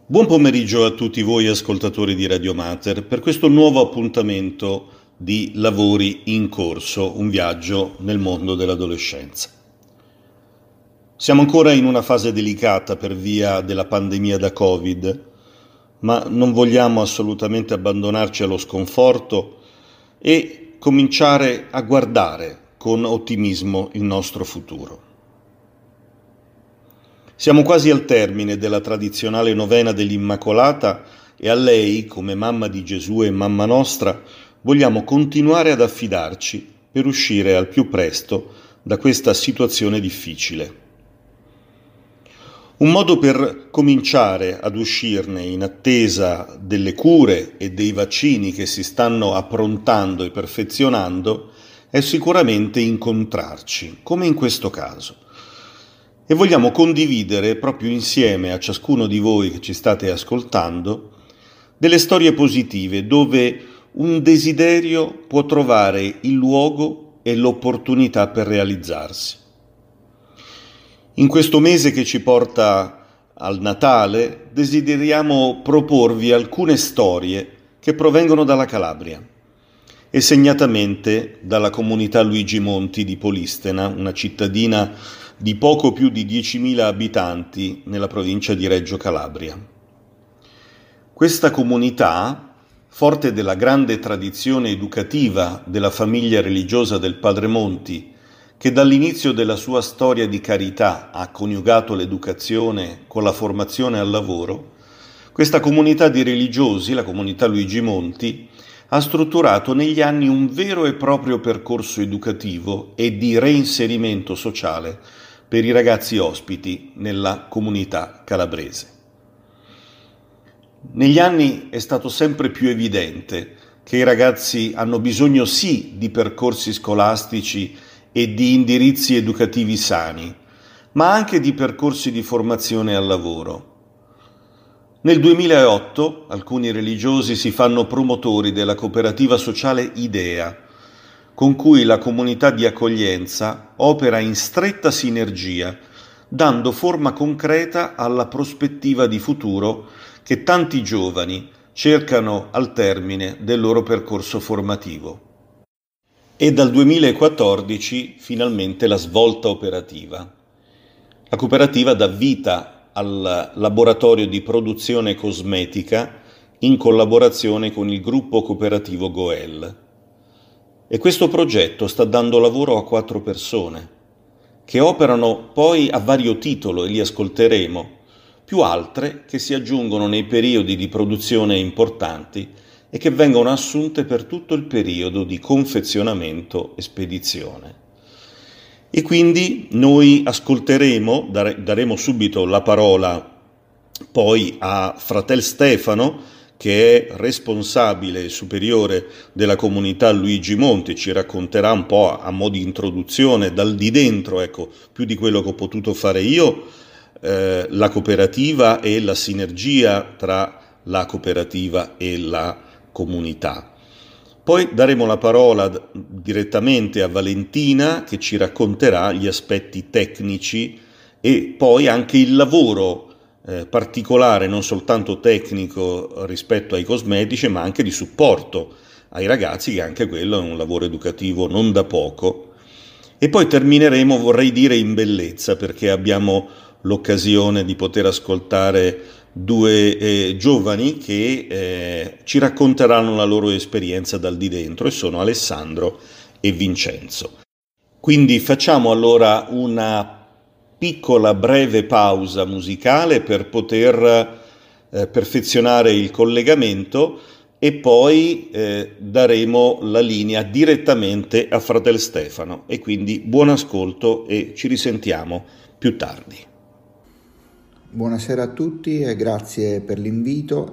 Buon pomeriggio a tutti voi ascoltatori di Radio Mater per questo nuovo appuntamento di Lavori in corso, un viaggio nel mondo dell'adolescenza. Siamo ancora in una fase delicata per via della pandemia da Covid, ma non vogliamo assolutamente abbandonarci allo sconforto e cominciare a guardare con ottimismo il nostro futuro. Siamo quasi al termine della tradizionale novena dell'Immacolata e a lei, come mamma di Gesù e mamma nostra, vogliamo continuare ad affidarci per uscire al più presto da questa situazione difficile. Un modo per cominciare ad uscirne in attesa delle cure e dei vaccini che si stanno approntando e perfezionando è sicuramente incontrarci, come in questo caso. E vogliamo condividere proprio insieme a ciascuno di voi che ci state ascoltando delle storie positive dove un desiderio può trovare il luogo e l'opportunità per realizzarsi. In questo mese che ci porta al Natale desideriamo proporvi alcune storie che provengono dalla Calabria e segnatamente dalla comunità Luigi Monti di Polistena, una cittadina di poco più di 10.000 abitanti nella provincia di Reggio Calabria. Questa comunità, forte della grande tradizione educativa della famiglia religiosa del Padre Monti, che dall'inizio della sua storia di carità ha coniugato l'educazione con la formazione al lavoro, questa comunità di religiosi, la comunità Luigi Monti, ha strutturato negli anni un vero e proprio percorso educativo e di reinserimento sociale per i ragazzi ospiti nella comunità calabrese. Negli anni è stato sempre più evidente che i ragazzi hanno bisogno sì di percorsi scolastici e di indirizzi educativi sani, ma anche di percorsi di formazione al lavoro. Nel 2008 alcuni religiosi si fanno promotori della cooperativa sociale Idea, con cui la comunità di accoglienza opera in stretta sinergia, dando forma concreta alla prospettiva di futuro che tanti giovani cercano al termine del loro percorso formativo. E dal 2014 finalmente la svolta operativa. La cooperativa dà vita al laboratorio di produzione cosmetica in collaborazione con il gruppo cooperativo Goel. E questo progetto sta dando lavoro a 4 persone, che operano poi a vario titolo, e li ascolteremo, più altre che si aggiungono nei periodi di produzione importanti e che vengono assunte per tutto il periodo di confezionamento e spedizione. E quindi noi ascolteremo, daremo subito la parola poi a Fratel Stefano, che è responsabile superiore della comunità Luigi Monti, ci racconterà un po' a mo' di introduzione dal di dentro, ecco, più di quello che ho potuto fare io, la cooperativa e la sinergia tra la cooperativa e la comunità. Poi daremo la parola direttamente a Valentina, che ci racconterà gli aspetti tecnici e poi anche il lavoro particolare, non soltanto tecnico rispetto ai cosmetici, ma anche di supporto ai ragazzi, che anche quello è un lavoro educativo non da poco. E poi termineremo, vorrei dire, in bellezza, perché abbiamo l'occasione di poter ascoltare 2 giovani che ci racconteranno la loro esperienza dal di dentro, e sono Alessandro e Vincenzo. Quindi facciamo allora una piccola breve pausa musicale per poter perfezionare il collegamento e poi daremo la linea direttamente a Fratel Stefano. E quindi buon ascolto e ci risentiamo più tardi. Buonasera a tutti e grazie per l'invito.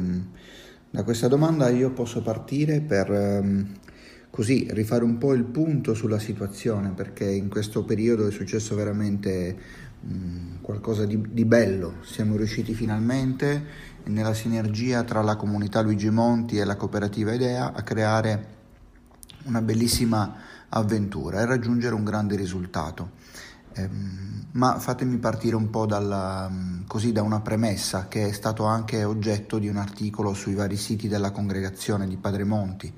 Da questa domanda io posso partire per così rifare un po' il punto sulla situazione, perché in questo periodo è successo veramente qualcosa di bello. Siamo riusciti finalmente, nella sinergia tra la comunità Luigi Monti e la cooperativa Idea, a creare una bellissima avventura e raggiungere un grande risultato. Ma fatemi partire un po' da una premessa che è stato anche oggetto di un articolo sui vari siti della congregazione di Padre Monti,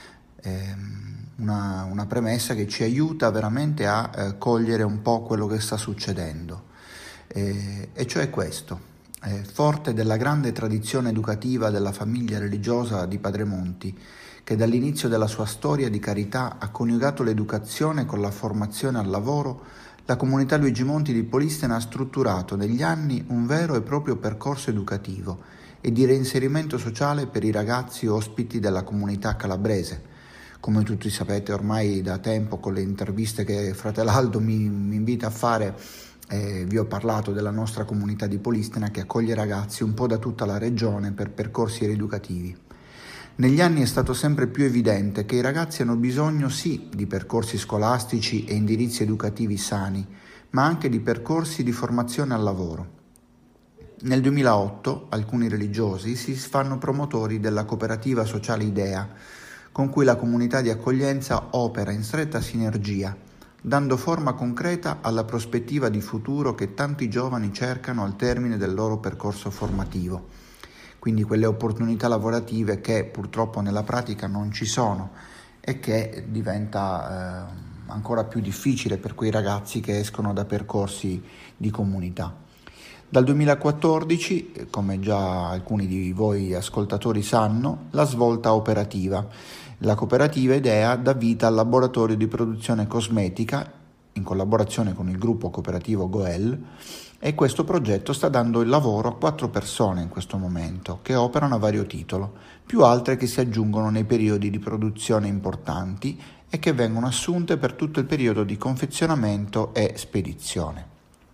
una premessa che ci aiuta veramente a cogliere un po' quello che sta succedendo, e cioè questo. Forte della grande tradizione educativa della famiglia religiosa di Padre Monti, che dall'inizio della sua storia di carità ha coniugato l'educazione con la formazione al lavoro, la comunità Luigi Monti di Polistena ha strutturato negli anni un vero e proprio percorso educativo e di reinserimento sociale per i ragazzi ospiti della comunità calabrese. Come tutti sapete ormai da tempo, con le interviste che Fratelaldo mi invita a fare, vi ho parlato della nostra comunità di Polistena che accoglie ragazzi un po' da tutta la regione per percorsi rieducativi. Negli anni è stato sempre più evidente che i ragazzi hanno bisogno sì di percorsi scolastici e indirizzi educativi sani, ma anche di percorsi di formazione al lavoro. Nel 2008 alcuni religiosi si fanno promotori della cooperativa sociale Idea, con cui la comunità di accoglienza opera in stretta sinergia, dando forma concreta alla prospettiva di futuro che tanti giovani cercano al termine del loro percorso formativo. Quindi quelle opportunità lavorative che purtroppo nella pratica non ci sono e che diventa ancora più difficile per quei ragazzi che escono da percorsi di comunità. Dal 2014, come già alcuni di voi ascoltatori sanno, la svolta operativa. La cooperativa Idea dà vita al laboratorio di produzione cosmetica in collaborazione con il gruppo cooperativo Goel, e questo progetto sta dando il lavoro a 4 persone in questo momento che operano a vario titolo, più altre che si aggiungono nei periodi di produzione importanti e che vengono assunte per tutto il periodo di confezionamento e spedizione.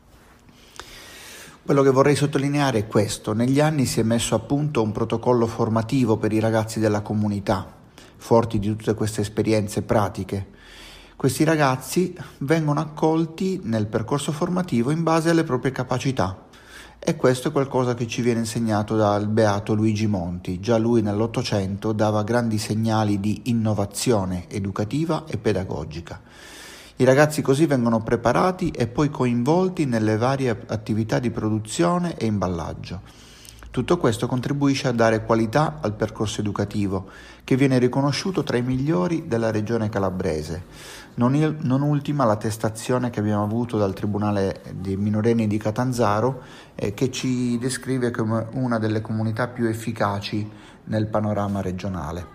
Quello che vorrei sottolineare è questo: negli anni si è messo a punto un protocollo formativo per i ragazzi della comunità, forti di tutte queste esperienze pratiche. Questi ragazzi vengono accolti nel percorso formativo in base alle proprie capacità, e questo è qualcosa che ci viene insegnato dal beato Luigi Monti. Già lui nell'Ottocento dava grandi segnali di innovazione educativa e pedagogica. I ragazzi così vengono preparati e poi coinvolti nelle varie attività di produzione e imballaggio. Tutto questo contribuisce a dare qualità al percorso educativo, che viene riconosciuto tra i migliori della regione calabrese. Non ultima l'attestazione che abbiamo avuto dal Tribunale dei minorenni di Catanzaro, che ci descrive come una delle comunità più efficaci nel panorama regionale.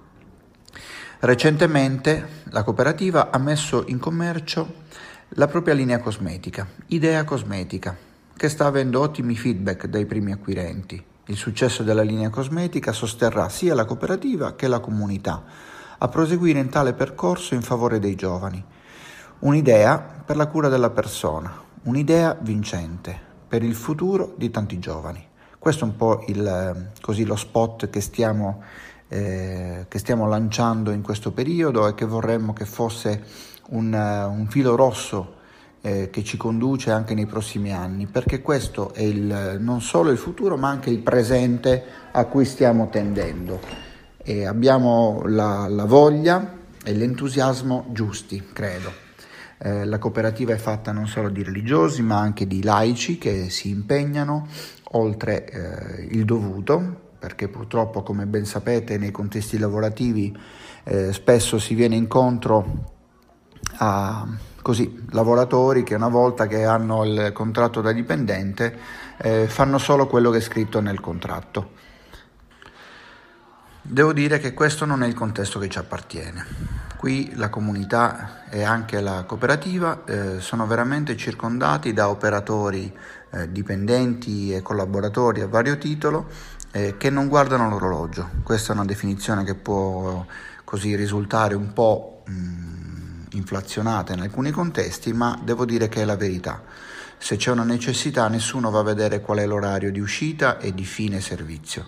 Recentemente la cooperativa ha messo in commercio la propria linea cosmetica, Idea Cosmetica, che sta avendo ottimi feedback dai primi acquirenti. Il successo della linea cosmetica sosterrà sia la cooperativa che la comunità a proseguire in tale percorso in favore dei giovani. Un'idea per la cura della persona, un'idea vincente per il futuro di tanti giovani. Questo è un po' lo spot che stiamo lanciando in questo periodo e che vorremmo che fosse un filo rosso che ci conduce anche nei prossimi anni, perché questo è non solo il futuro ma anche il presente a cui stiamo tendendo, e abbiamo la voglia e l'entusiasmo giusti, credo. La cooperativa è fatta non solo di religiosi ma anche di laici che si impegnano oltre il dovuto, perché purtroppo, come ben sapete, nei contesti lavorativi spesso si viene incontro a lavoratori che una volta che hanno il contratto da dipendente fanno solo quello che è scritto nel contratto. Devo dire che questo non è il contesto che ci appartiene. Qui la comunità e anche la cooperativa sono veramente circondati da operatori dipendenti e collaboratori a vario titolo che non guardano l'orologio. Questa è una definizione che può così risultare un po' inflazionata in alcuni contesti, ma devo dire che è la verità. Se c'è una necessità, nessuno va a vedere qual è l'orario di uscita e di fine servizio.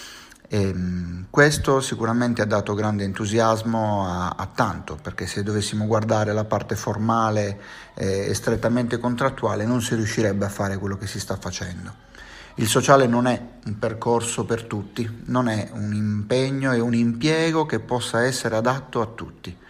Questo sicuramente ha dato grande entusiasmo a tanto, perché se dovessimo guardare la parte formale e strettamente contrattuale non si riuscirebbe a fare quello che si sta facendo. Il sociale non è un percorso per tutti, non è un impegno e un impiego che possa essere adatto a tutti.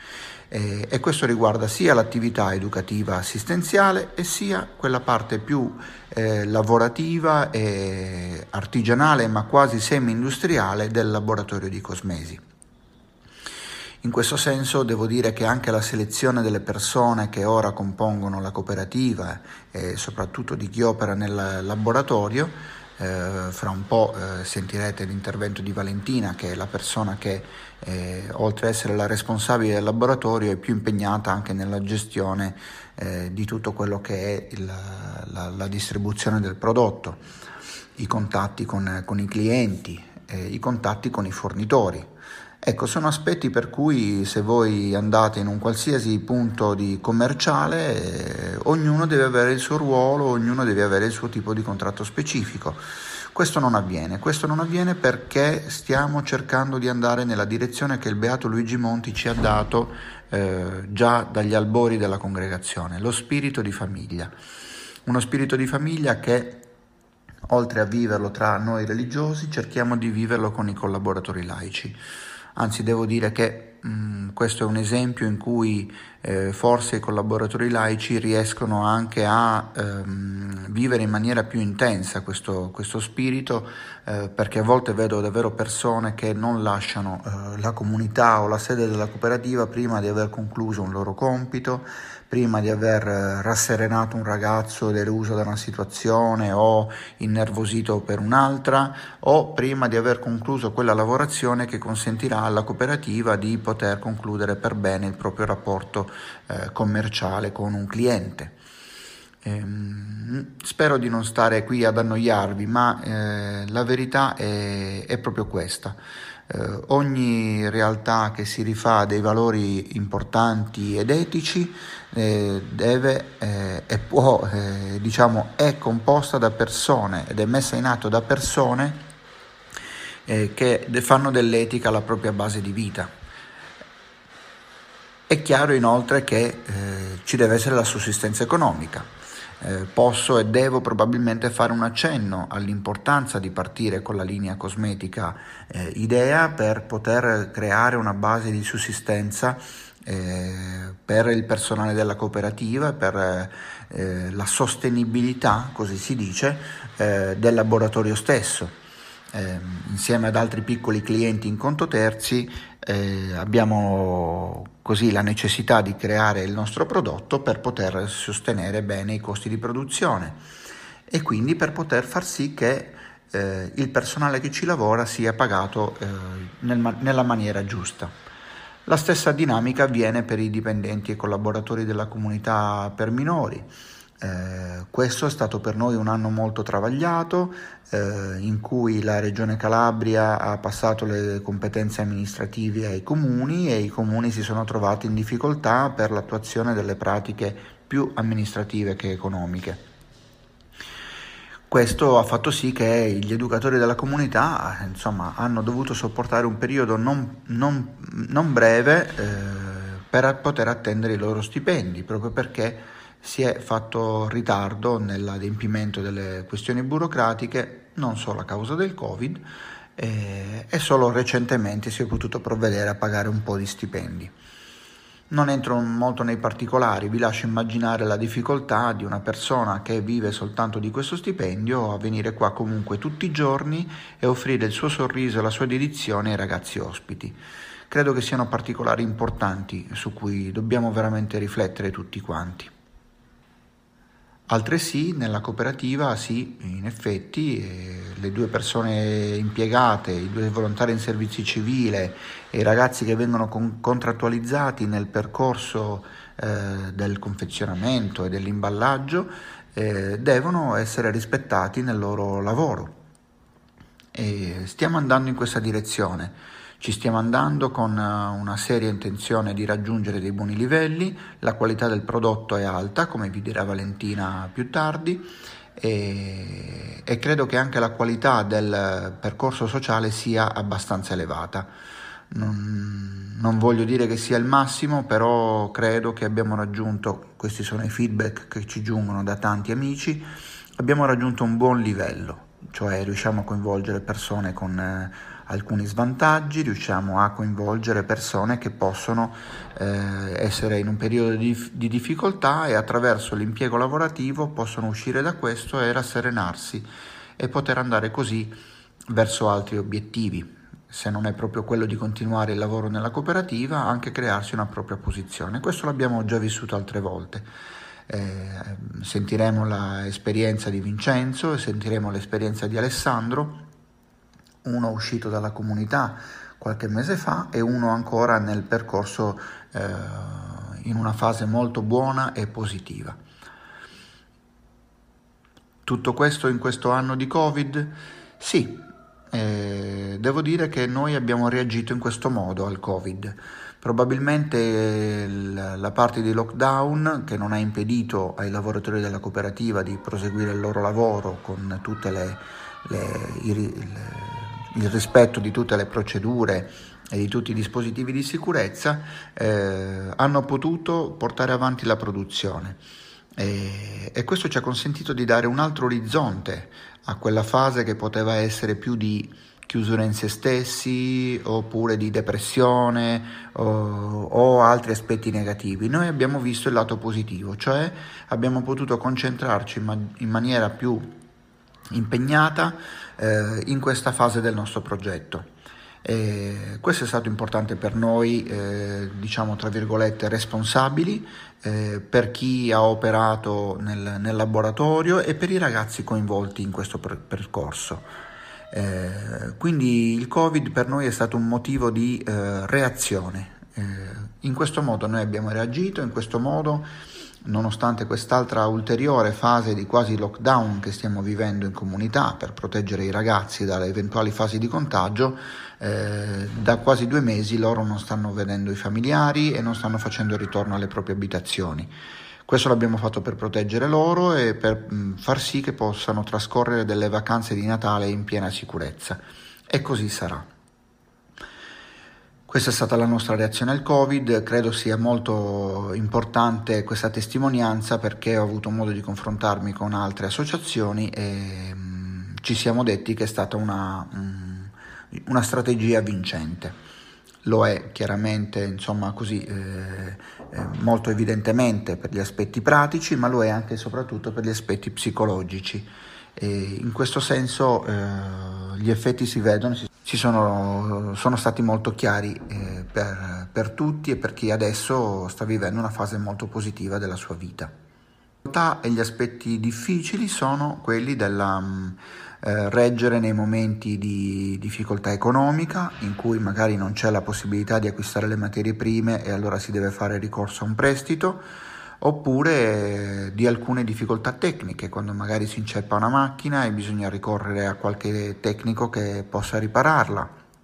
e questo riguarda sia l'attività educativa assistenziale e sia quella parte più lavorativa e artigianale, ma quasi semi-industriale del laboratorio di cosmesi. In questo senso devo dire che anche la selezione delle persone che ora compongono la cooperativa e soprattutto di chi opera nel laboratorio, fra un po' sentirete l'intervento di Valentina, che è la persona che oltre ad essere la responsabile del laboratorio è più impegnata anche nella gestione di tutto quello che è la distribuzione del prodotto, i contatti con i clienti, i contatti con i fornitori. Ecco, sono aspetti per cui se voi andate in un qualsiasi punto di commerciale, ognuno deve avere il suo ruolo, ognuno deve avere il suo tipo di contratto specifico. Questo non avviene perché stiamo cercando di andare nella direzione che il Beato Luigi Monti ci ha dato già dagli albori della congregazione, lo spirito di famiglia. Uno spirito di famiglia che, oltre a viverlo tra noi religiosi, cerchiamo di viverlo con i collaboratori laici. Anzi, devo dire che questo è un esempio in cui forse i collaboratori laici riescono anche a vivere in maniera più intensa questo spirito, perché a volte vedo davvero persone che non lasciano la comunità o la sede della cooperativa prima di aver concluso un loro compito, prima di aver rasserenato un ragazzo deluso da una situazione o innervosito per un'altra, o prima di aver concluso quella lavorazione che consentirà alla cooperativa di poter concludere per bene il proprio rapporto commerciale con un cliente. Spero di non stare qui ad annoiarvi, ma la verità è proprio questa. Ogni realtà che si rifà a dei valori importanti ed etici deve e può, è composta da persone ed è messa in atto da persone che fanno dell'etica la propria base di vita. È chiaro inoltre che ci deve essere la sussistenza economica. Posso e devo probabilmente fare un accenno all'importanza di partire con la linea cosmetica Idea per poter creare una base di sussistenza per il personale della cooperativa, per la sostenibilità, così si dice, del laboratorio stesso. Insieme ad altri piccoli clienti in conto terzi abbiamo così la necessità di creare il nostro prodotto per poter sostenere bene i costi di produzione e quindi per poter far sì che il personale che ci lavora sia pagato nella maniera giusta. La stessa dinamica avviene per i dipendenti e collaboratori della comunità per minori. Questo è stato per noi un anno molto travagliato, in cui la Regione Calabria ha passato le competenze amministrative ai comuni e i comuni si sono trovati in difficoltà per l'attuazione delle pratiche più amministrative che economiche. Questo ha fatto sì che gli educatori della comunità hanno dovuto sopportare un periodo non breve per poter attendere i loro stipendi, proprio perché si è fatto ritardo nell'adempimento delle questioni burocratiche, non solo a causa del Covid, e solo recentemente si è potuto provvedere a pagare un po' di stipendi. Non entro molto nei particolari, vi lascio immaginare la difficoltà di una persona che vive soltanto di questo stipendio a venire qua comunque tutti i giorni e offrire il suo sorriso e la sua dedizione ai ragazzi ospiti. Credo che siano particolari importanti su cui dobbiamo veramente riflettere tutti quanti. Altresì nella cooperativa sì, in effetti le 2 persone impiegate, i 2 volontari in servizio civile e i ragazzi che vengono contrattualizzati nel percorso del confezionamento e dell'imballaggio devono essere rispettati nel loro lavoro. E stiamo andando in questa direzione. Ci stiamo andando con una seria intenzione di raggiungere dei buoni livelli, la qualità del prodotto è alta, come vi dirà Valentina più tardi, e credo che anche la qualità del percorso sociale sia abbastanza elevata. Non voglio dire che sia il massimo, però credo che abbiamo raggiunto, questi sono i feedback che ci giungono da tanti amici, abbiamo raggiunto un buon livello, cioè riusciamo a coinvolgere persone con alcuni svantaggi, riusciamo a coinvolgere persone che possono essere in un periodo di difficoltà e attraverso l'impiego lavorativo possono uscire da questo e rasserenarsi e poter andare così verso altri obiettivi. Se non è proprio quello di continuare il lavoro nella cooperativa, anche crearsi una propria posizione. Questo l'abbiamo già vissuto altre volte. Sentiremo l'esperienza di Vincenzo e sentiremo l'esperienza di Alessandro, uno uscito dalla comunità qualche mese fa e uno ancora nel percorso in una fase molto buona e positiva. Tutto questo in questo anno di Covid? Sì. Devo dire che noi abbiamo reagito in questo modo al Covid. Probabilmente la parte di lockdown che non ha impedito ai lavoratori della cooperativa di proseguire il loro lavoro con tutte il rispetto di tutte le procedure e di tutti i dispositivi di sicurezza hanno potuto portare avanti la produzione. E questo ci ha consentito di dare un altro orizzonte a quella fase che poteva essere più di chiusura in se stessi oppure di depressione o altri aspetti negativi. Noi abbiamo visto il lato positivo, cioè abbiamo potuto concentrarci in maniera più impegnata in questa fase del nostro progetto. Questo è stato importante per noi, diciamo tra virgolette responsabili, per chi ha operato nel laboratorio e per i ragazzi coinvolti in questo percorso. Quindi il Covid per noi è stato un motivo di reazione. In questo modo noi abbiamo reagito, in questo modo, nonostante quest'altra ulteriore fase di quasi lockdown che stiamo vivendo in comunità per proteggere i ragazzi dalle eventuali fasi di contagio, da quasi 2 mesi loro non stanno vedendo i familiari e non stanno facendo il ritorno alle proprie abitazioni. Questo l'abbiamo fatto per proteggere loro e per far sì che possano trascorrere delle vacanze di Natale in piena sicurezza. E così sarà. Questa è stata la nostra reazione al Covid, credo sia molto importante questa testimonianza perché ho avuto modo di confrontarmi con altre associazioni e ci siamo detti che è stata una strategia vincente. Lo è chiaramente, insomma, così molto evidentemente per gli aspetti pratici, ma lo è anche e soprattutto per gli aspetti psicologici. E in questo senso gli effetti si vedono, sono stati molto chiari per tutti e per chi adesso sta vivendo una fase molto positiva della sua vita. E gli aspetti difficili sono quelli della reggere nei momenti di difficoltà economica in cui magari non c'è la possibilità di acquistare le materie prime e allora si deve fare ricorso a un prestito, oppure di alcune difficoltà tecniche quando magari si inceppa una macchina e bisogna ricorrere a qualche tecnico che possa ripararla.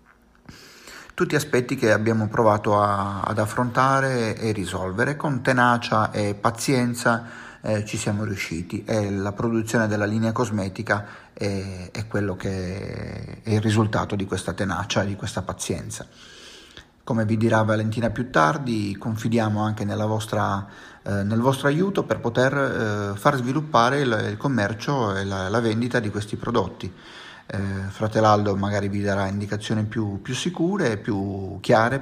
Tutti aspetti che abbiamo provato ad affrontare e risolvere con tenacia e pazienza. Ci siamo riusciti e la produzione della linea cosmetica è quello che è il risultato di questa tenacia e di questa pazienza. Come vi dirà Valentina più tardi, confidiamo anche nel vostro aiuto per poter far sviluppare il commercio e la vendita di questi prodotti. Fratelaldo magari vi darà indicazioni più sicure, più chiare,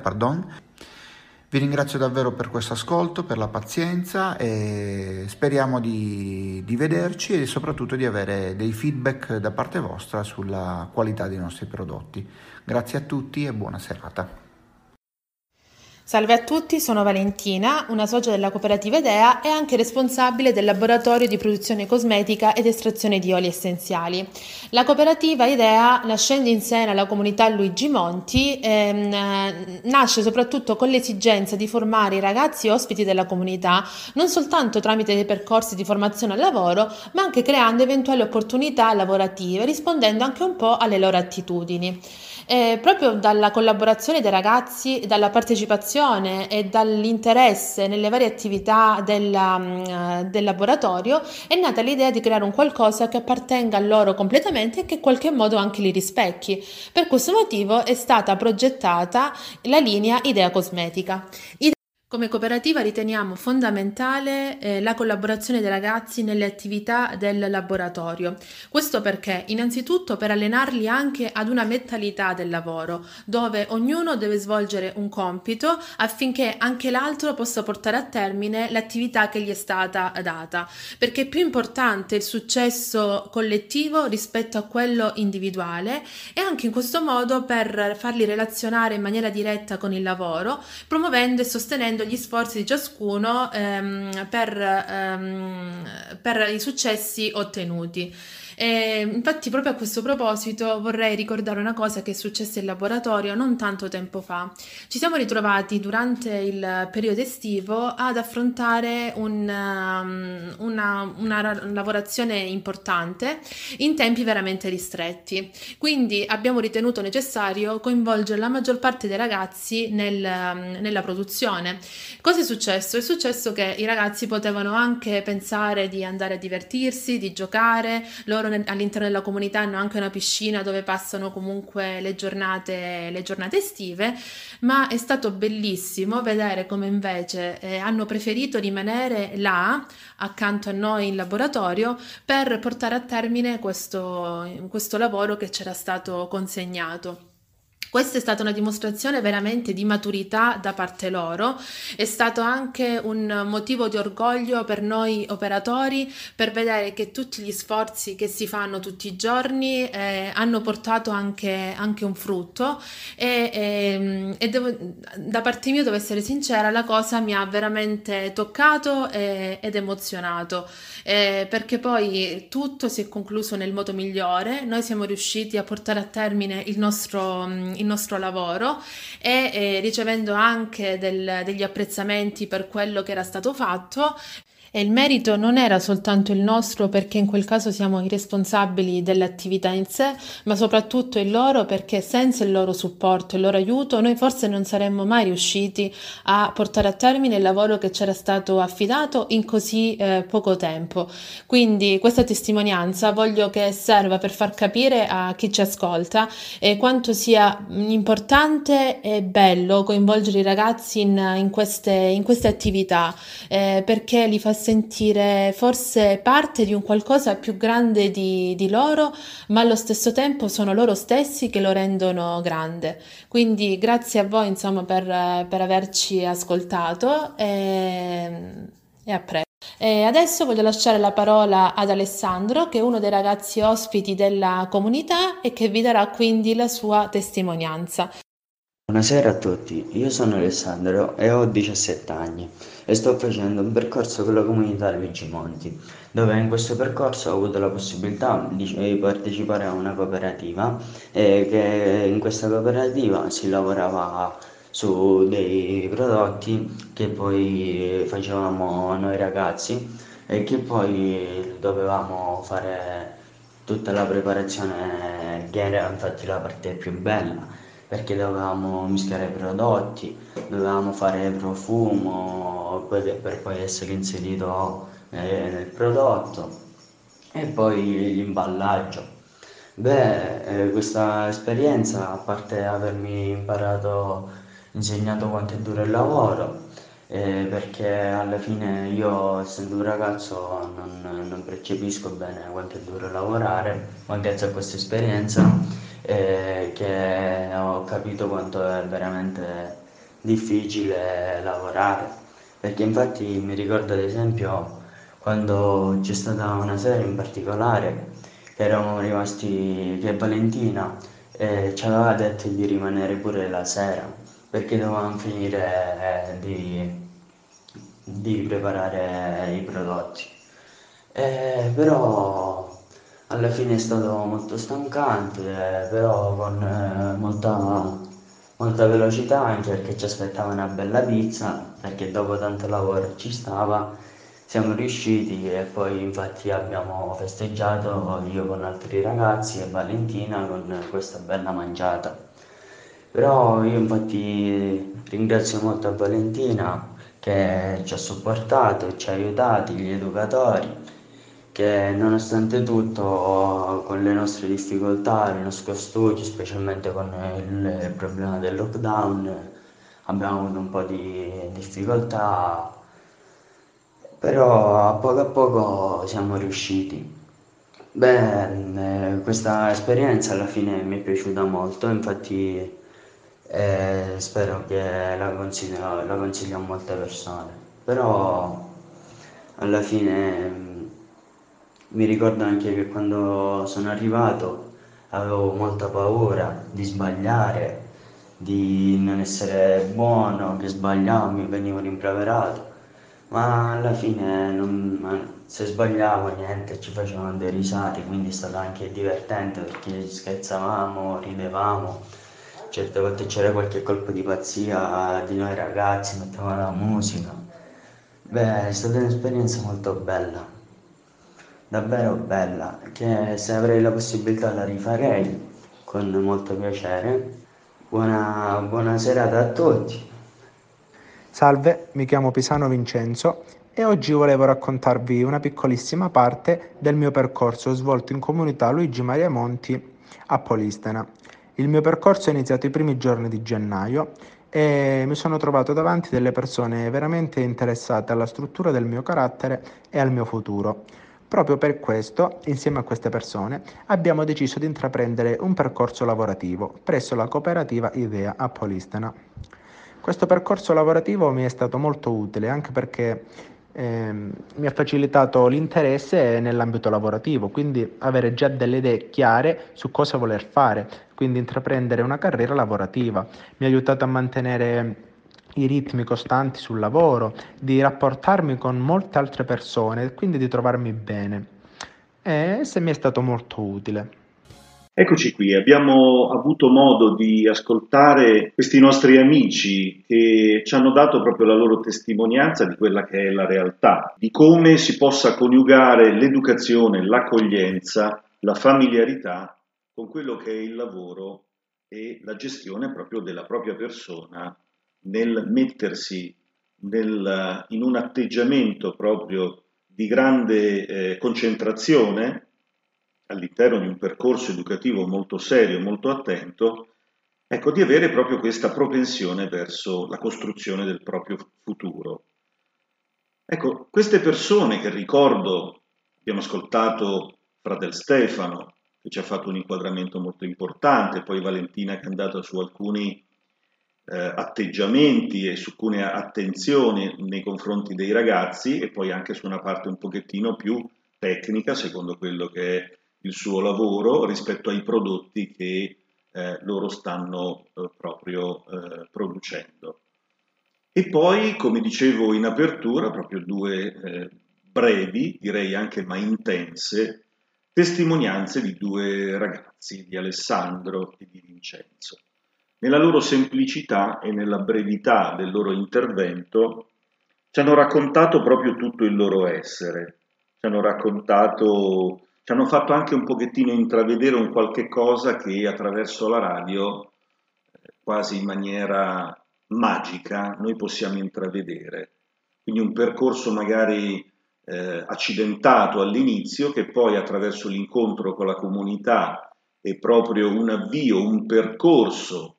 Vi ringrazio davvero per questo ascolto, per la pazienza e speriamo di vederci e soprattutto di avere dei feedback da parte vostra sulla qualità dei nostri prodotti. Grazie a tutti e buona serata. Salve a tutti, sono Valentina, una socia della cooperativa Idea e anche responsabile del laboratorio di produzione cosmetica ed estrazione di oli essenziali. La cooperativa Idea, nascendo in seno alla comunità Luigi Monti, nasce soprattutto con l'esigenza di formare i ragazzi ospiti della comunità non soltanto tramite dei percorsi di formazione al lavoro, ma anche creando eventuali opportunità lavorative, rispondendo anche un po' alle loro attitudini. Proprio dalla collaborazione dei ragazzi, dalla partecipazione e dall'interesse nelle varie attività del laboratorio è nata l'idea di creare un qualcosa che appartenga a loro completamente e che in qualche modo anche li rispecchi. Per questo motivo è stata progettata la linea Idea Cosmetica. Come cooperativa riteniamo fondamentale la collaborazione dei ragazzi nelle attività del laboratorio. Questo perché innanzitutto per allenarli anche ad una mentalità del lavoro, dove ognuno deve svolgere un compito affinché anche l'altro possa portare a termine l'attività che gli è stata data, perché è più importante il successo collettivo rispetto a quello individuale, e anche in questo modo per farli relazionare in maniera diretta con il lavoro, promuovendo e sostenendo gli sforzi di ciascuno per i successi ottenuti. E infatti proprio a questo proposito vorrei ricordare una cosa che è successa in laboratorio non tanto tempo fa. Ci siamo ritrovati durante il periodo estivo ad affrontare una lavorazione importante in tempi veramente ristretti. Quindi abbiamo ritenuto necessario coinvolgere la maggior parte dei ragazzi nella produzione. Cosa è successo? È successo che i ragazzi potevano anche pensare di andare a divertirsi, di giocare. Loro all'interno della comunità hanno anche una piscina dove passano comunque le giornate estive, ma è stato bellissimo vedere come invece hanno preferito rimanere là accanto a noi in laboratorio per portare a termine questo lavoro che c'era stato consegnato. Questa è stata una dimostrazione veramente di maturità da parte loro, è stato anche un motivo di orgoglio per noi operatori, per vedere che tutti gli sforzi che si fanno tutti i giorni hanno portato anche un frutto, da parte mia, devo essere sincera, la cosa mi ha veramente toccato ed emozionato, perché poi tutto si è concluso nel modo migliore. Noi siamo riusciti a portare a termine il nostro lavoro e ricevendo anche degli apprezzamenti per quello che era stato fatto. E il merito non era soltanto il nostro, perché in quel caso siamo i responsabili dell'attività in sé, ma soprattutto il loro, perché senza il loro supporto, il loro aiuto, noi forse non saremmo mai riusciti a portare a termine il lavoro che c'era stato affidato in così poco tempo. Quindi questa testimonianza voglio che serva per far capire a chi ci ascolta quanto sia importante e bello coinvolgere i ragazzi in queste attività, perché li fa sentire forse parte di un qualcosa più grande di loro, ma allo stesso tempo sono loro stessi che lo rendono grande. Quindi grazie a voi, insomma, per averci ascoltato e a presto. E adesso voglio lasciare la parola ad Alessandro, che è uno dei ragazzi ospiti della comunità e che vi darà quindi la sua testimonianza. Buonasera a tutti, io sono Alessandro e ho 17 anni e sto facendo un percorso con la comunità Luigi Monti, dove in questo percorso ho avuto la possibilità di partecipare a una cooperativa e che in questa cooperativa si lavorava su dei prodotti che poi facevamo noi ragazzi e che poi dovevamo fare tutta la preparazione, che era infatti la parte più bella, perché dovevamo mischiare i prodotti, dovevamo fare profumo per poi essere inserito nel prodotto e poi l'imballaggio. Questa esperienza, a parte avermi insegnato quanto è duro il lavoro, perché alla fine io, essendo un ragazzo, non percepisco bene quanto è duro lavorare, ma grazie a questa esperienza che ho capito quanto è veramente difficile lavorare, perché infatti mi ricordo ad esempio quando c'è stata una sera in particolare che eravamo rimasti, che Valentina ci aveva detto di rimanere pure la sera perché dovevamo finire di preparare i prodotti. Però alla fine è stato molto stancante, però con molta velocità, anche perché ci aspettava una bella pizza, perché dopo tanto lavoro ci stava, siamo riusciti e poi infatti abbiamo festeggiato io con altri ragazzi e Valentina con questa bella mangiata. Però io infatti ringrazio molto a Valentina che ci ha supportato, ci ha aiutati, gli educatori, che nonostante tutto con le nostre difficoltà, il nostro studio, specialmente con il problema del lockdown, abbiamo avuto un po' di difficoltà, però a poco siamo riusciti. Beh, questa esperienza alla fine mi è piaciuta molto, infatti spero che la consiglio a molte persone, però alla fine mi ricordo anche che quando sono arrivato avevo molta paura di sbagliare, di non essere buono, che sbagliavo, mi venivo rimproverato, ma alla fine se sbagliavo niente, ci facevano dei risate, quindi è stato anche divertente perché scherzavamo, ridevamo, certe volte c'era qualche colpo di pazzia di noi ragazzi, mettevamo la musica. Beh, è stata un'esperienza molto bella, davvero bella, che se avrei la possibilità la rifarei con molto piacere. Buona serata a tutti. Salve, mi chiamo Pisano Vincenzo e oggi volevo raccontarvi una piccolissima parte del mio percorso svolto in comunità Luigi Maria Monti a Polistena. Il mio percorso è iniziato i primi giorni di gennaio e mi sono trovato davanti delle persone veramente interessate alla struttura del mio carattere e al mio futuro. Proprio per questo, insieme a queste persone, abbiamo deciso di intraprendere un percorso lavorativo presso la cooperativa Idea a Polistena. Questo percorso lavorativo mi è stato molto utile anche perché mi ha facilitato l'interesse nell'ambito lavorativo, quindi avere già delle idee chiare su cosa voler fare, quindi intraprendere una carriera lavorativa. Mi ha aiutato a mantenere i ritmi costanti sul lavoro, di rapportarmi con molte altre persone e quindi di trovarmi bene. E se mi è stato molto utile. Eccoci qui, abbiamo avuto modo di ascoltare questi nostri amici che ci hanno dato proprio la loro testimonianza di quella che è la realtà, di come si possa coniugare l'educazione, l'accoglienza, la familiarità con quello che è il lavoro e la gestione proprio della propria persona nel mettersi in un atteggiamento proprio di grande concentrazione all'interno di un percorso educativo molto serio, molto attento, ecco, di avere proprio questa propensione verso la costruzione del proprio futuro. Ecco, queste persone che ricordo, abbiamo ascoltato Fratel Stefano, che ci ha fatto un inquadramento molto importante, poi Valentina che è andata su alcuni atteggiamenti e su alcune attenzioni nei confronti dei ragazzi e poi anche su una parte un pochettino più tecnica, secondo quello che è il suo lavoro, rispetto ai prodotti che loro stanno proprio producendo. E poi, come dicevo in apertura, proprio due brevi, direi anche ma intense, testimonianze di due ragazzi, di Alessandro e di Vincenzo. Nella loro semplicità e nella brevità del loro intervento ci hanno raccontato proprio tutto il loro essere, ci hanno raccontato, ci hanno fatto anche un pochettino intravedere un qualche cosa che attraverso la radio, quasi in maniera magica, noi possiamo intravedere. Quindi un percorso magari accidentato all'inizio, che poi attraverso l'incontro con la comunità è proprio un avvio, un percorso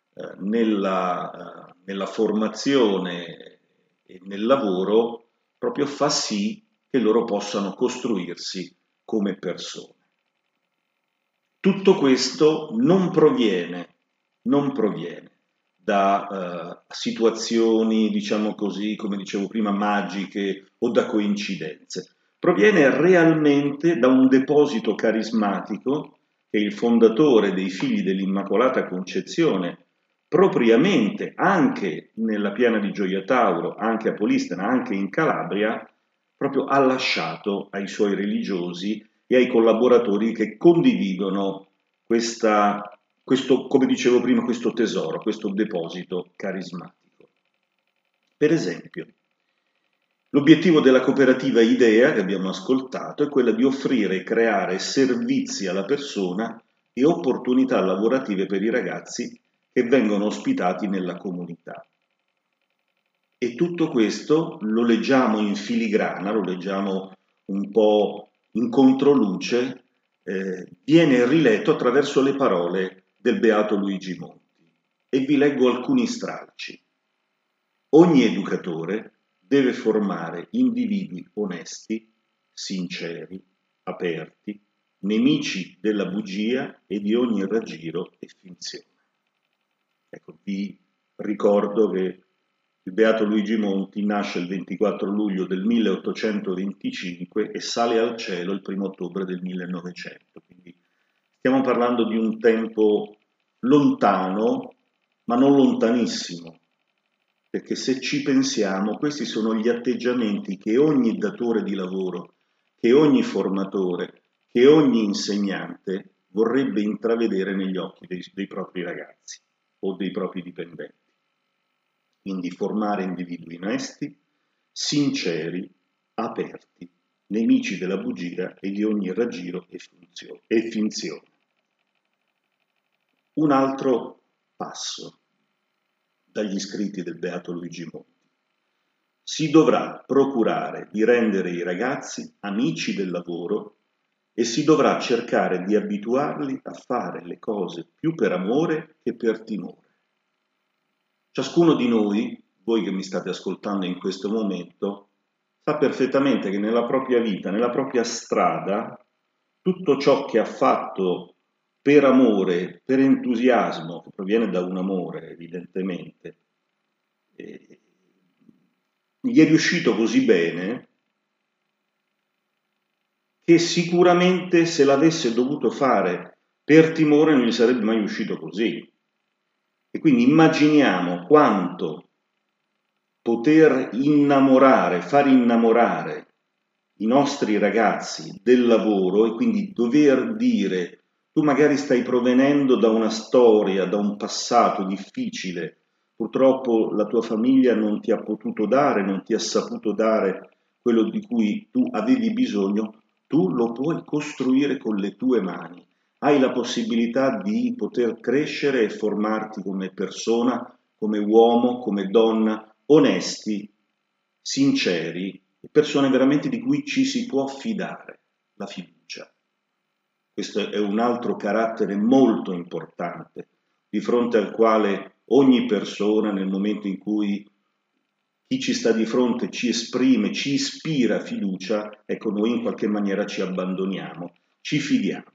nella formazione e nel lavoro, proprio fa sì che loro possano costruirsi come persone. Tutto questo non proviene da situazioni, diciamo così, come dicevo prima, magiche o da coincidenze. Proviene realmente da un deposito carismatico che il fondatore dei Figli dell'Immacolata Concezione, propriamente anche nella piana di Gioia Tauro, anche a Polistena, anche in Calabria, proprio ha lasciato ai suoi religiosi e ai collaboratori che condividono questo, come dicevo prima, questo tesoro, questo deposito carismatico. Per esempio, l'obiettivo della cooperativa Idea, che abbiamo ascoltato, è quella di offrire e creare servizi alla persona e opportunità lavorative per i ragazzi che vengono ospitati nella comunità. E tutto questo lo leggiamo in filigrana, lo leggiamo un po' in controluce, viene riletto attraverso le parole del beato Luigi Monti. E vi leggo alcuni stralci. Ogni educatore deve formare individui onesti, sinceri, aperti, nemici della bugia e di ogni raggiro e finzione. Ecco, vi ricordo che il Beato Luigi Monti nasce il 24 luglio del 1825 e sale al cielo il 1 ottobre del 1900, quindi stiamo parlando di un tempo lontano, ma non lontanissimo, perché se ci pensiamo, questi sono gli atteggiamenti che ogni datore di lavoro, che ogni formatore, che ogni insegnante vorrebbe intravedere negli occhi dei propri ragazzi o dei propri dipendenti. Quindi formare individui onesti, sinceri, aperti, nemici della bugia e di ogni raggiro e finzione. Un altro passo dagli scritti del Beato Luigi Monti. Si dovrà procurare di rendere i ragazzi amici del lavoro e si dovrà cercare di abituarli a fare le cose più per amore che per timore. Ciascuno di noi, voi che mi state ascoltando in questo momento, sa perfettamente che nella propria vita, nella propria strada, tutto ciò che ha fatto per amore, per entusiasmo, che proviene da un amore evidentemente, gli è riuscito così bene che sicuramente se l'avesse dovuto fare per timore non gli sarebbe mai uscito così. E quindi immaginiamo quanto poter innamorare, far innamorare i nostri ragazzi del lavoro e quindi dover dire tu magari stai provenendo da una storia, da un passato difficile, purtroppo la tua famiglia non ti ha potuto dare, non ti ha saputo dare quello di cui tu avevi bisogno, tu lo puoi costruire con le tue mani. Hai la possibilità di poter crescere e formarti come persona, come uomo, come donna, onesti, sinceri, persone veramente di cui ci si può fidare, la fiducia. Questo è un altro carattere molto importante, di fronte al quale ogni persona, nel momento in cui chi ci sta di fronte ci esprime, ci ispira fiducia, ecco, noi in qualche maniera ci abbandoniamo, ci fidiamo.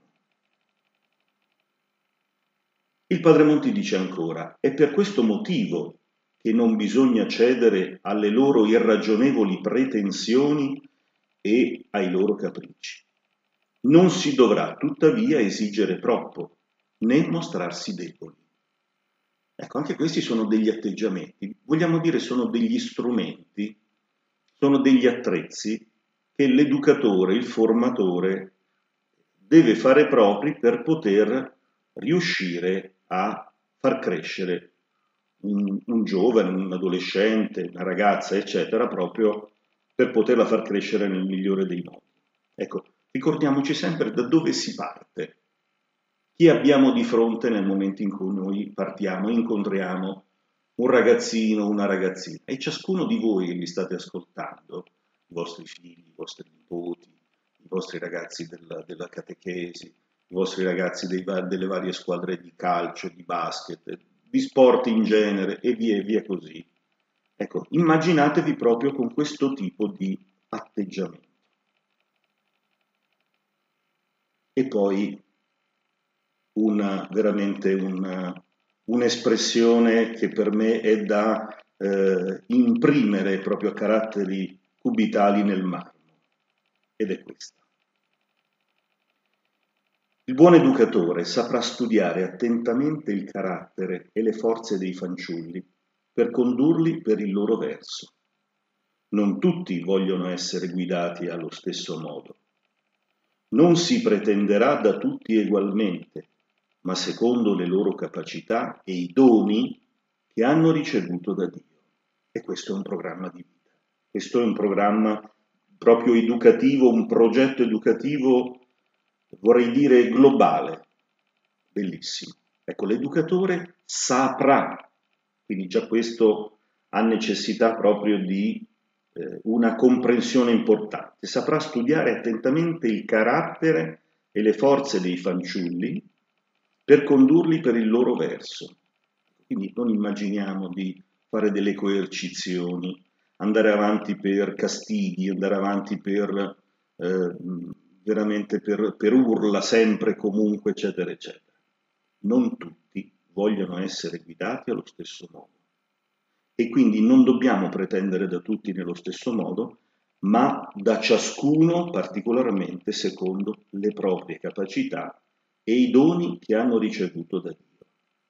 Il Padre Monti dice ancora, è per questo motivo che non bisogna cedere alle loro irragionevoli pretensioni e ai loro capricci. Non si dovrà tuttavia esigere troppo, né mostrarsi deboli. Ecco, anche questi sono degli atteggiamenti, vogliamo dire sono degli strumenti, sono degli attrezzi che l'educatore, il formatore deve fare propri per poter riuscire a far crescere un giovane, un adolescente, una ragazza, eccetera, proprio per poterla far crescere nel migliore dei modi. Ecco, ricordiamoci sempre da dove si parte, chi abbiamo di fronte nel momento in cui noi partiamo, incontriamo un ragazzino, una ragazzina, e ciascuno di voi che mi state ascoltando, i vostri figli, i vostri nipoti, i vostri ragazzi della catechesi, i vostri ragazzi delle varie squadre di calcio, di basket, di sport in genere e via così. Ecco, immaginatevi proprio con questo tipo di atteggiamento. E poi veramente un'espressione che per me è da imprimere proprio a caratteri cubitali nel marmo, ed è questa. Il buon educatore saprà studiare attentamente il carattere e le forze dei fanciulli per condurli per il loro verso. Non tutti vogliono essere guidati allo stesso modo. Non si pretenderà da tutti egualmente, ma secondo le loro capacità e i doni che hanno ricevuto da Dio. E questo è un programma di vita. Questo è un programma proprio educativo, un progetto educativo, vorrei dire globale, bellissimo. Ecco, l'educatore saprà, quindi già questo ha necessità proprio di una comprensione importante, saprà studiare attentamente il carattere e le forze dei fanciulli per condurli per il loro verso. Quindi non immaginiamo di fare delle coercizioni, andare avanti per castighi, andare avanti per veramente per urla sempre, comunque, eccetera, eccetera. Non tutti vogliono essere guidati allo stesso modo e quindi non dobbiamo pretendere da tutti nello stesso modo, ma da ciascuno particolarmente secondo le proprie capacità e i doni che hanno ricevuto da Dio.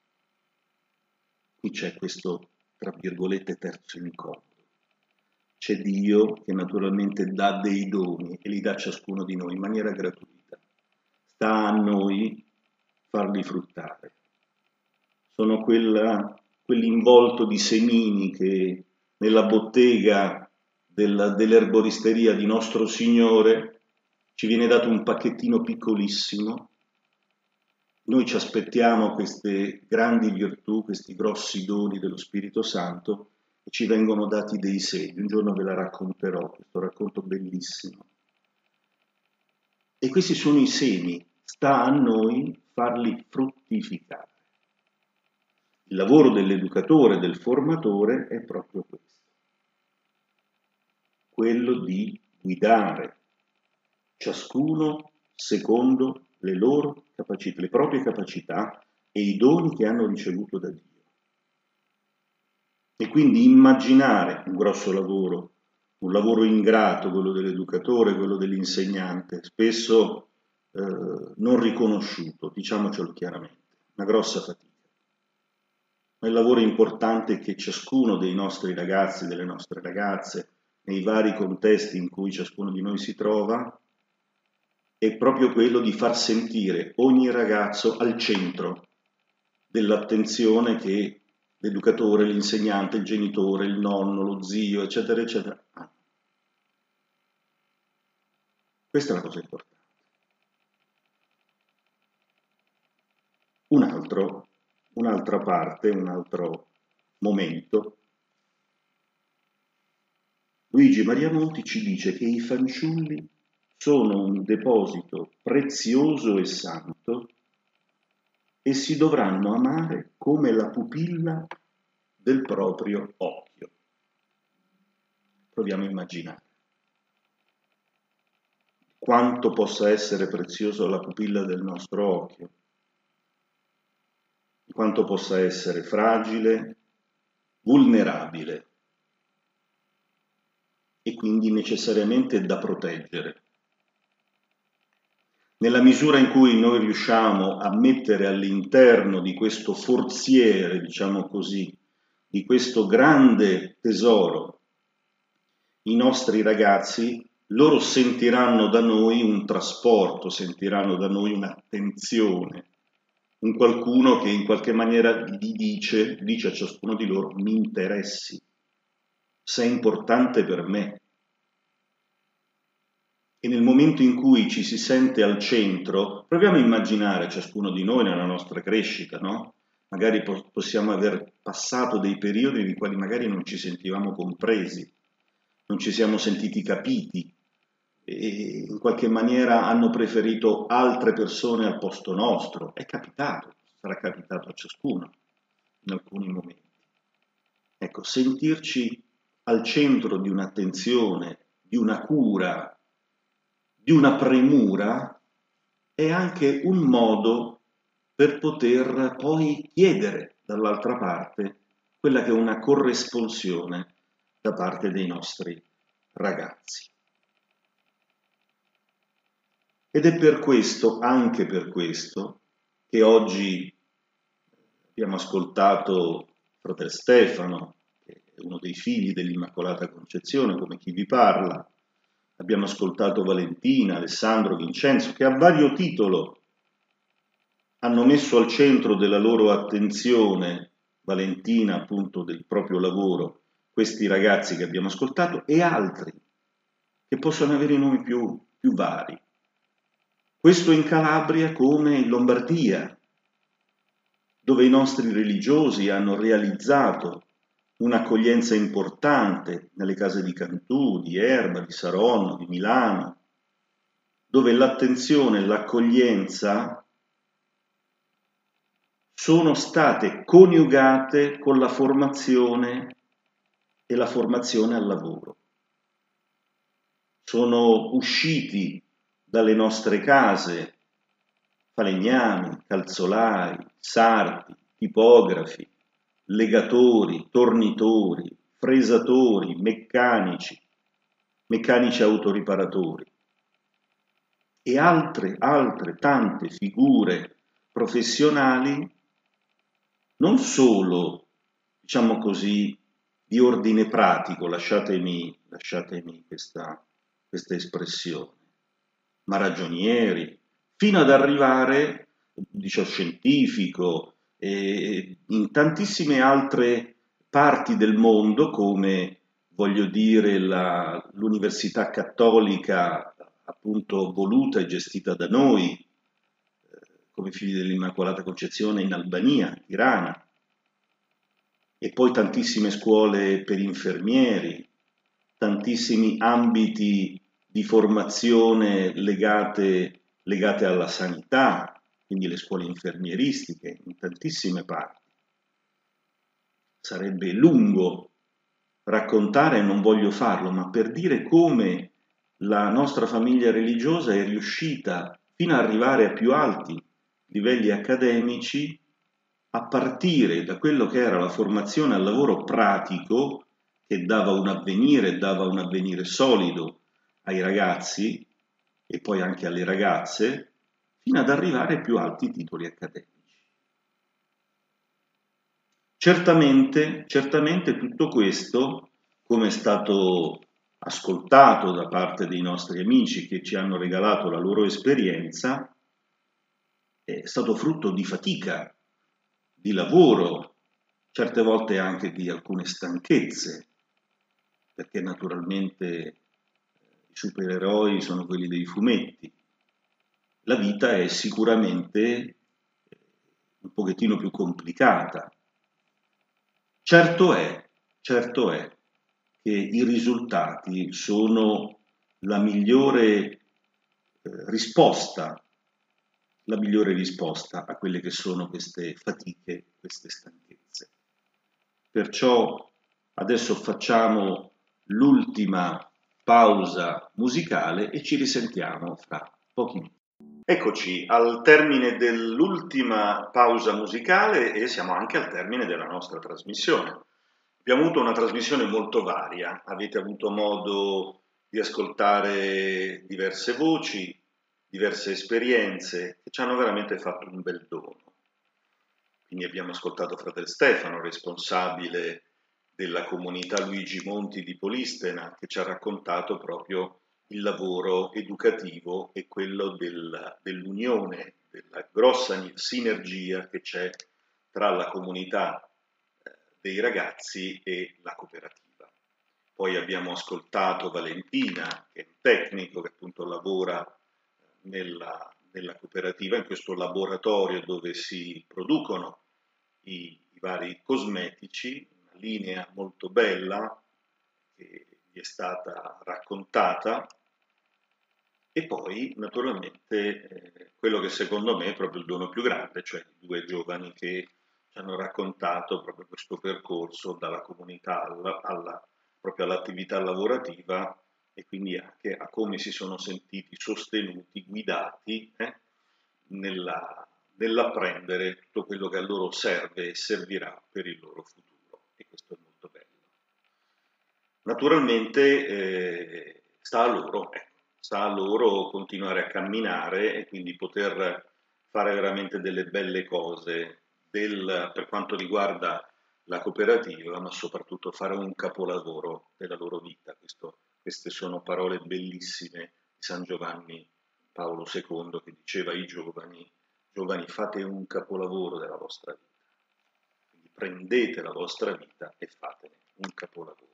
Qui c'è questo, tra virgolette, terzo incontro. C'è Dio che naturalmente dà dei doni e li dà a ciascuno di noi in maniera gratuita. Sta a noi farli fruttare. Sono quell'involto di semini che nella bottega dell'erboristeria di Nostro Signore ci viene dato un pacchettino piccolissimo. Noi ci aspettiamo queste grandi virtù, questi grossi doni dello Spirito Santo e ci vengono dati dei segni. Un giorno ve la racconterò, questo racconto bellissimo. E questi sono i semi, sta a noi farli fruttificare. Il lavoro dell'educatore, del formatore è proprio questo, quello di guidare ciascuno secondo le loro capacità, le proprie capacità e i doni che hanno ricevuto da Dio. E quindi immaginare un grosso lavoro, un lavoro ingrato, quello dell'educatore, quello dell'insegnante, spesso non riconosciuto, diciamocelo chiaramente, una grossa fatica. Ma il lavoro importante che ciascuno dei nostri ragazzi, delle nostre ragazze, nei vari contesti in cui ciascuno di noi si trova, è proprio quello di far sentire ogni ragazzo al centro dell'attenzione che l'educatore, l'insegnante, il genitore, il nonno, lo zio, eccetera, eccetera, hanno. Questa è la cosa importante. Un'altra parte, un altro momento. Luigi Maria Monti ci dice che i fanciulli sono un deposito prezioso e santo e si dovranno amare come la pupilla del proprio occhio. Proviamo a immaginare quanto possa essere prezioso la pupilla del nostro occhio, quanto possa essere fragile, vulnerabile e quindi necessariamente da proteggere. Nella misura in cui noi riusciamo a mettere all'interno di questo forziere, diciamo così, di questo grande tesoro, i nostri ragazzi, loro sentiranno da noi un trasporto, sentiranno da noi un'attenzione, un qualcuno che in qualche maniera gli dice a ciascuno di loro: mi interessi, sei importante per me. E nel momento in cui ci si sente al centro, proviamo a immaginare ciascuno di noi nella nostra crescita, no? Magari possiamo aver passato dei periodi nei quali magari non ci sentivamo compresi, non ci siamo sentiti capiti e in qualche maniera hanno preferito altre persone al posto nostro. È capitato, sarà capitato a ciascuno in alcuni momenti. Ecco, sentirci al centro di un'attenzione, di una cura, di una premura è anche un modo per poter poi chiedere dall'altra parte quella che è una corresponsione da parte dei nostri ragazzi. Ed è per questo, anche per questo, che oggi abbiamo ascoltato Fratel Stefano, che è uno dei figli dell'Immacolata Concezione, come chi vi parla. Abbiamo ascoltato Valentina, Alessandro, Vincenzo, che a vario titolo hanno messo al centro della loro attenzione, Valentina appunto del proprio lavoro, questi ragazzi che abbiamo ascoltato e altri che possono avere i nomi più vari. Questo in Calabria come in Lombardia, dove i nostri religiosi hanno realizzato un'accoglienza importante nelle case di Cantù, di Erba, di Saronno, di Milano, dove l'attenzione e l'accoglienza sono state coniugate con la formazione e la formazione al lavoro. Sono usciti dalle nostre case falegnami, calzolai, sarti, tipografi, legatori, tornitori, fresatori, meccanici autoriparatori e altre tante figure professionali, non solo, diciamo così, di ordine pratico, lasciatemi questa espressione, ma ragionieri, fino ad arrivare, diciamo, scientifico, in tantissime altre parti del mondo, come voglio dire l'Università Cattolica, appunto voluta e gestita da noi, come figli dell'Immacolata Concezione in Albania, Tirana, e poi tantissime scuole per infermieri, tantissimi ambiti di formazione legate alla sanità, quindi le scuole infermieristiche in tantissime parti. Sarebbe lungo raccontare, non voglio farlo, ma per dire come la nostra famiglia religiosa è riuscita fino ad arrivare a più alti livelli accademici a partire da quello che era la formazione al lavoro pratico, che dava un avvenire solido ai ragazzi e poi anche alle ragazze, fino ad arrivare ai più alti titoli accademici. Certamente tutto questo, come è stato ascoltato da parte dei nostri amici che ci hanno regalato la loro esperienza, è stato frutto di fatica, di lavoro, certe volte anche di alcune stanchezze, perché naturalmente i supereroi sono quelli dei fumetti. La vita è sicuramente un pochettino più complicata. Certo è che i risultati sono la migliore risposta a quelle che sono queste fatiche, queste stanchezze. Perciò adesso facciamo l'ultima pausa musicale e ci risentiamo fra pochi minuti. Eccoci al termine dell'ultima pausa musicale e siamo anche al termine della nostra trasmissione. Abbiamo avuto una trasmissione molto varia, avete avuto modo di ascoltare diverse voci, diverse esperienze che ci hanno veramente fatto un bel dono. Quindi abbiamo ascoltato Fratel Stefano, responsabile della comunità Luigi Monti di Polistena, che ci ha raccontato proprio il lavoro educativo e quello dell'unione, della grossa sinergia che c'è tra la comunità dei ragazzi e la cooperativa. Poi abbiamo ascoltato Valentina, che è un tecnico che appunto lavora nella cooperativa, in questo laboratorio dove si producono i vari cosmetici, una linea molto bella che vi è stata raccontata. E poi naturalmente quello che secondo me è proprio il dono più grande, cioè i due giovani che ci hanno raccontato proprio questo percorso dalla comunità proprio all'attività lavorativa e quindi anche a come si sono sentiti sostenuti, guidati nell'apprendere tutto quello che a loro serve e servirà per il loro futuro, e questo è molto bello. Naturalmente sta a loro continuare a camminare e quindi poter fare veramente delle belle cose per quanto riguarda la cooperativa, ma soprattutto fare un capolavoro della loro vita. Queste sono parole bellissime di San Giovanni Paolo II che diceva ai giovani, fate un capolavoro della vostra vita. Quindi prendete la vostra vita e fatene un capolavoro.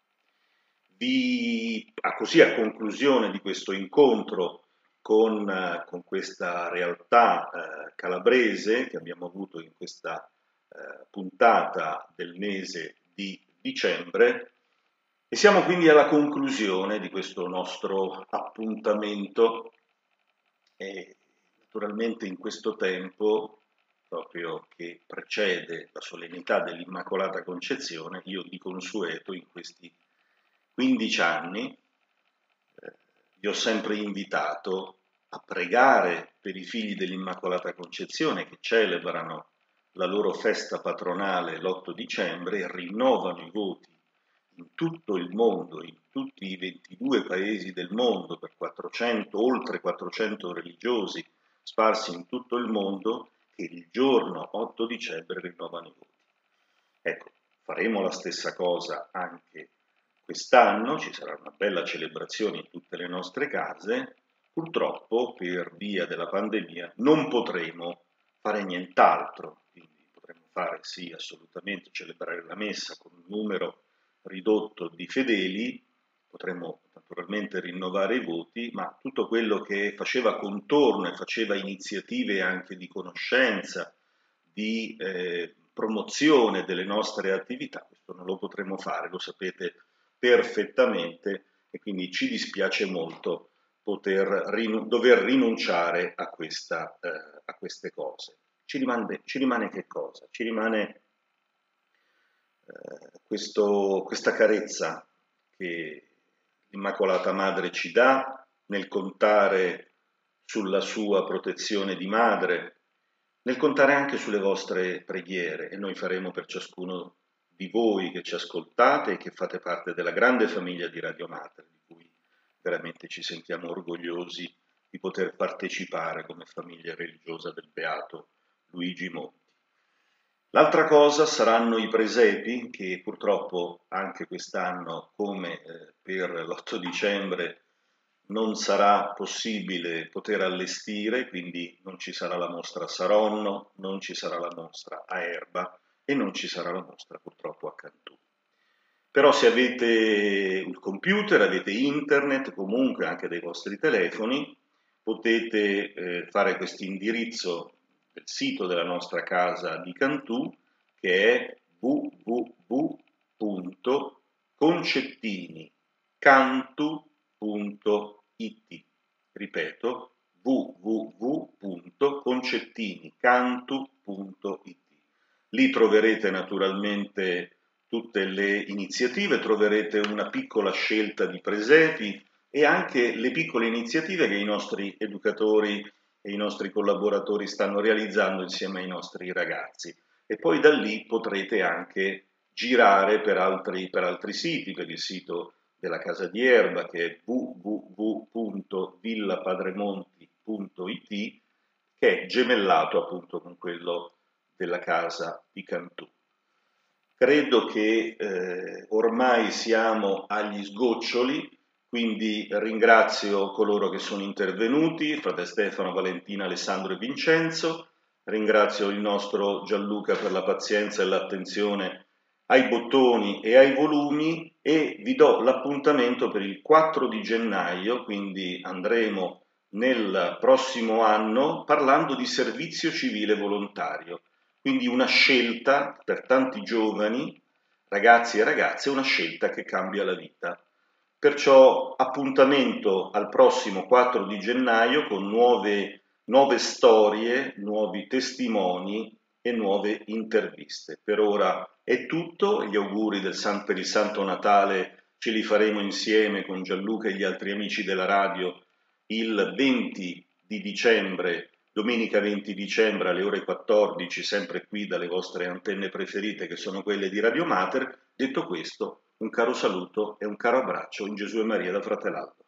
Così a conclusione di questo incontro con questa realtà calabrese che abbiamo avuto in questa puntata del mese di dicembre, e siamo quindi alla conclusione di questo nostro appuntamento e naturalmente in questo tempo proprio che precede la solennità dell'Immacolata Concezione, io di consueto in questi 15 anni vi ho sempre invitato a pregare per i figli dell'Immacolata Concezione che celebrano la loro festa patronale l'8 dicembre e rinnovano i voti in tutto il mondo, in tutti i 22 paesi del mondo, per 400, oltre 400 religiosi sparsi in tutto il mondo, che il giorno 8 dicembre rinnovano i voti. Ecco, faremo la stessa cosa anche quest'anno, ci sarà una bella celebrazione in tutte le nostre case. Purtroppo, per via della pandemia, non potremo fare nient'altro, quindi potremo fare sì, assolutamente, celebrare la messa con un numero ridotto di fedeli, potremo naturalmente rinnovare i voti, ma tutto quello che faceva contorno e faceva iniziative anche di conoscenza, di promozione delle nostre attività, questo non lo potremo fare, lo sapete perfettamente, e quindi ci dispiace molto dover rinunciare a queste cose. Ci rimane che cosa? Ci rimane questa carezza che l'Immacolata Madre ci dà nel contare sulla sua protezione di madre, nel contare anche sulle vostre preghiere, e noi faremo per ciascuno di voi che ci ascoltate e che fate parte della grande famiglia di Radio Mater, di cui veramente ci sentiamo orgogliosi di poter partecipare come famiglia religiosa del Beato Luigi Monti. L'altra cosa saranno i presepi, che purtroppo anche quest'anno, come per l'8 dicembre, non sarà possibile poter allestire, quindi non ci sarà la mostra a Saronno, non ci sarà la mostra a Erba e non ci sarà la mostra purtroppo a Cantù. Però se avete il computer, avete internet, comunque anche dei vostri telefoni, potete fare questo indirizzo del sito della nostra casa di Cantù, che è www.concettinicantu.it. Ripeto, www.concettinicantu.it. Lì troverete naturalmente tutte le iniziative, troverete una piccola scelta di presepi e anche le piccole iniziative che i nostri educatori e i nostri collaboratori stanno realizzando insieme ai nostri ragazzi. E poi da lì potrete anche girare per altri siti, per il sito della Casa di Erba, che è www.villapadremonti.it, che è gemellato appunto con quello della Casa di Cantù. Credo che ormai siamo agli sgoccioli, quindi ringrazio coloro che sono intervenuti, frate Stefano, Valentina, Alessandro e Vincenzo, ringrazio il nostro Gianluca per la pazienza e l'attenzione ai bottoni e ai volumi, e vi do l'appuntamento per il 4 di gennaio, quindi andremo nel prossimo anno parlando di servizio civile volontario. Quindi una scelta per tanti giovani, ragazzi e ragazze, una scelta che cambia la vita. Perciò appuntamento al prossimo 4 di gennaio con nuove storie, nuovi testimoni e nuove interviste. Per ora è tutto, gli auguri per il Santo Natale ce li faremo insieme con Gianluca e gli altri amici della radio il 20 di dicembre, domenica 20 dicembre alle ore 14, sempre qui dalle vostre antenne preferite che sono quelle di Radio Mater. Detto questo, un caro saluto e un caro abbraccio in Gesù e Maria da Fratelaldo.